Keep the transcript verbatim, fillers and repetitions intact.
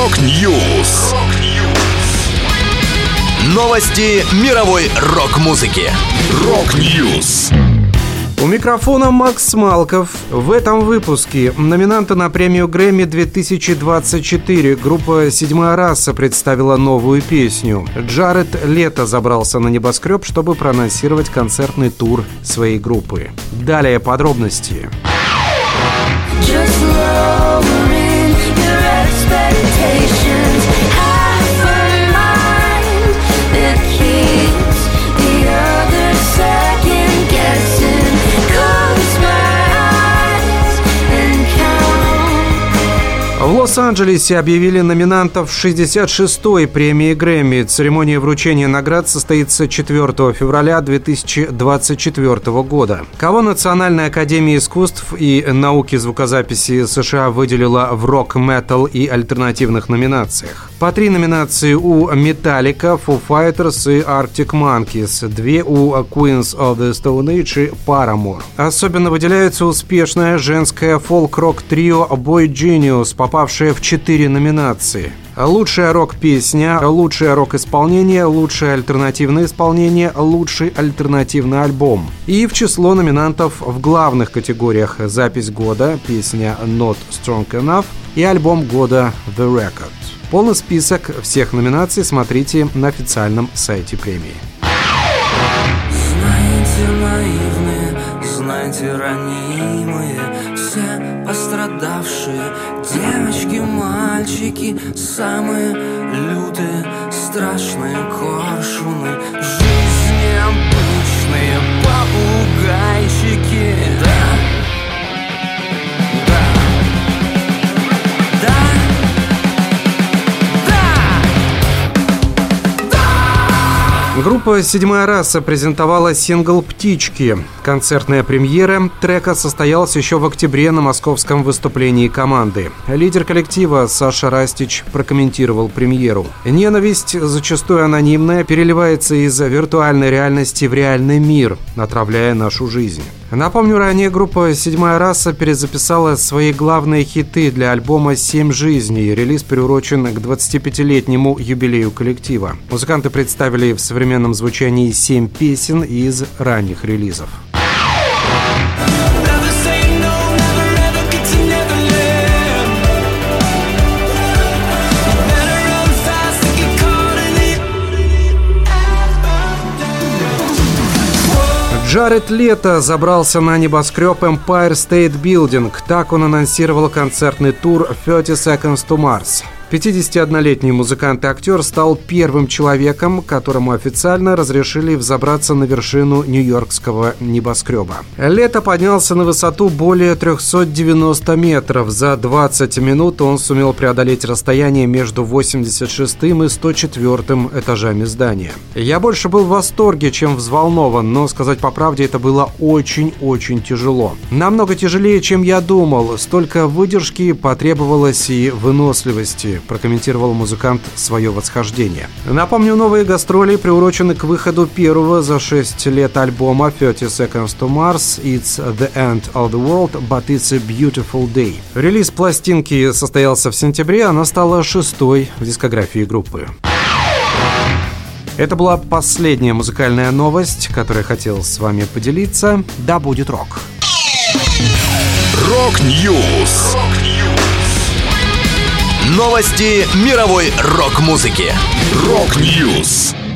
Рок-Ньюс. Новости мировой рок-музыки. Рок-Ньюс. У микрофона Макс Малков. В этом выпуске номинанты на премию Грэмми две тысячи двадцать четыре. Группа «Седьмая раса» представила новую песню. Джаред Лето забрался на небоскреб, чтобы проанонсировать концертный тур своей группы. Далее подробности. В Лос-Анджелесе объявили номинантов шестьдесят шестой премии Грэмми. Церемония вручения наград состоится четвёртого февраля две тысячи двадцать четвёртого года. Кого Национальная академия искусств и науки звукозаписи США выделила в рок, метал и альтернативных номинациях. По три номинации у Metallica, Foo Fighters и Arctic Monkeys, две у Queens of the Stone Age и Paramore. Особенно выделяется успешное женское фолк-рок-трио Boy Genius, попавшая в четыре номинации. Лучшая рок-песня, лучшее рок-исполнение, лучшее альтернативное исполнение, лучший альтернативный альбом. И в число номинантов в главных категориях «Запись года», песня «Not Strong Enough» и альбом года «The Record». Полный список всех номинаций смотрите на официальном сайте премии. Знаете, наивные, знаете, ранимые, все пострадавшие девочки, мальчики, самые лютые, страшные коршуны жизни, обычные попугайчики. Да, да, да, да, да. Группа «Седьмая раса» презентовала сингл «Птички». Концертная премьера трека состоялась еще в октябре на московском выступлении команды. Лидер коллектива Саша Растич прокомментировал премьеру. Ненависть, зачастую анонимная, переливается из виртуальной реальности в реальный мир, отравляя нашу жизнь. Напомню, ранее группа «Седьмая раса» перезаписала свои главные хиты для альбома «Семь жизней». Релиз приурочен к двадцатипятилетнему юбилею коллектива. Музыканты представили в современном звучании семь песен из ранних релизов. Джаред Лето забрался на небоскреб Empire State Building. Так он анонсировал концертный тур «thirty seconds to Mars». пятидесятиоднолетний музыкант и актер стал первым человеком, которому официально разрешили взобраться на вершину нью-йоркского небоскреба. Лето поднялся на высоту более триста девяносто метров. За двадцать минут он сумел преодолеть расстояние между восемьдесят шестым и сто четвёртым этажами здания. Я больше был в восторге, чем взволнован, но, сказать по правде, это было очень-очень тяжело. Намного тяжелее, чем я думал. Столько выдержки потребовалось и выносливости, прокомментировал музыкант свое восхождение. Напомню, новые гастроли приурочены к выходу первого за шесть лет альбома thirty seconds to Mars. It's the end of the world, but it's a beautiful day. Релиз пластинки состоялся в сентябре, она стала шестой в дискографии группы. Это была последняя музыкальная новость, которую я хотел с вами поделиться. Да будет рок! Рок-Ньюс. Новости мировой рок-музыки. Рок-Ньюс.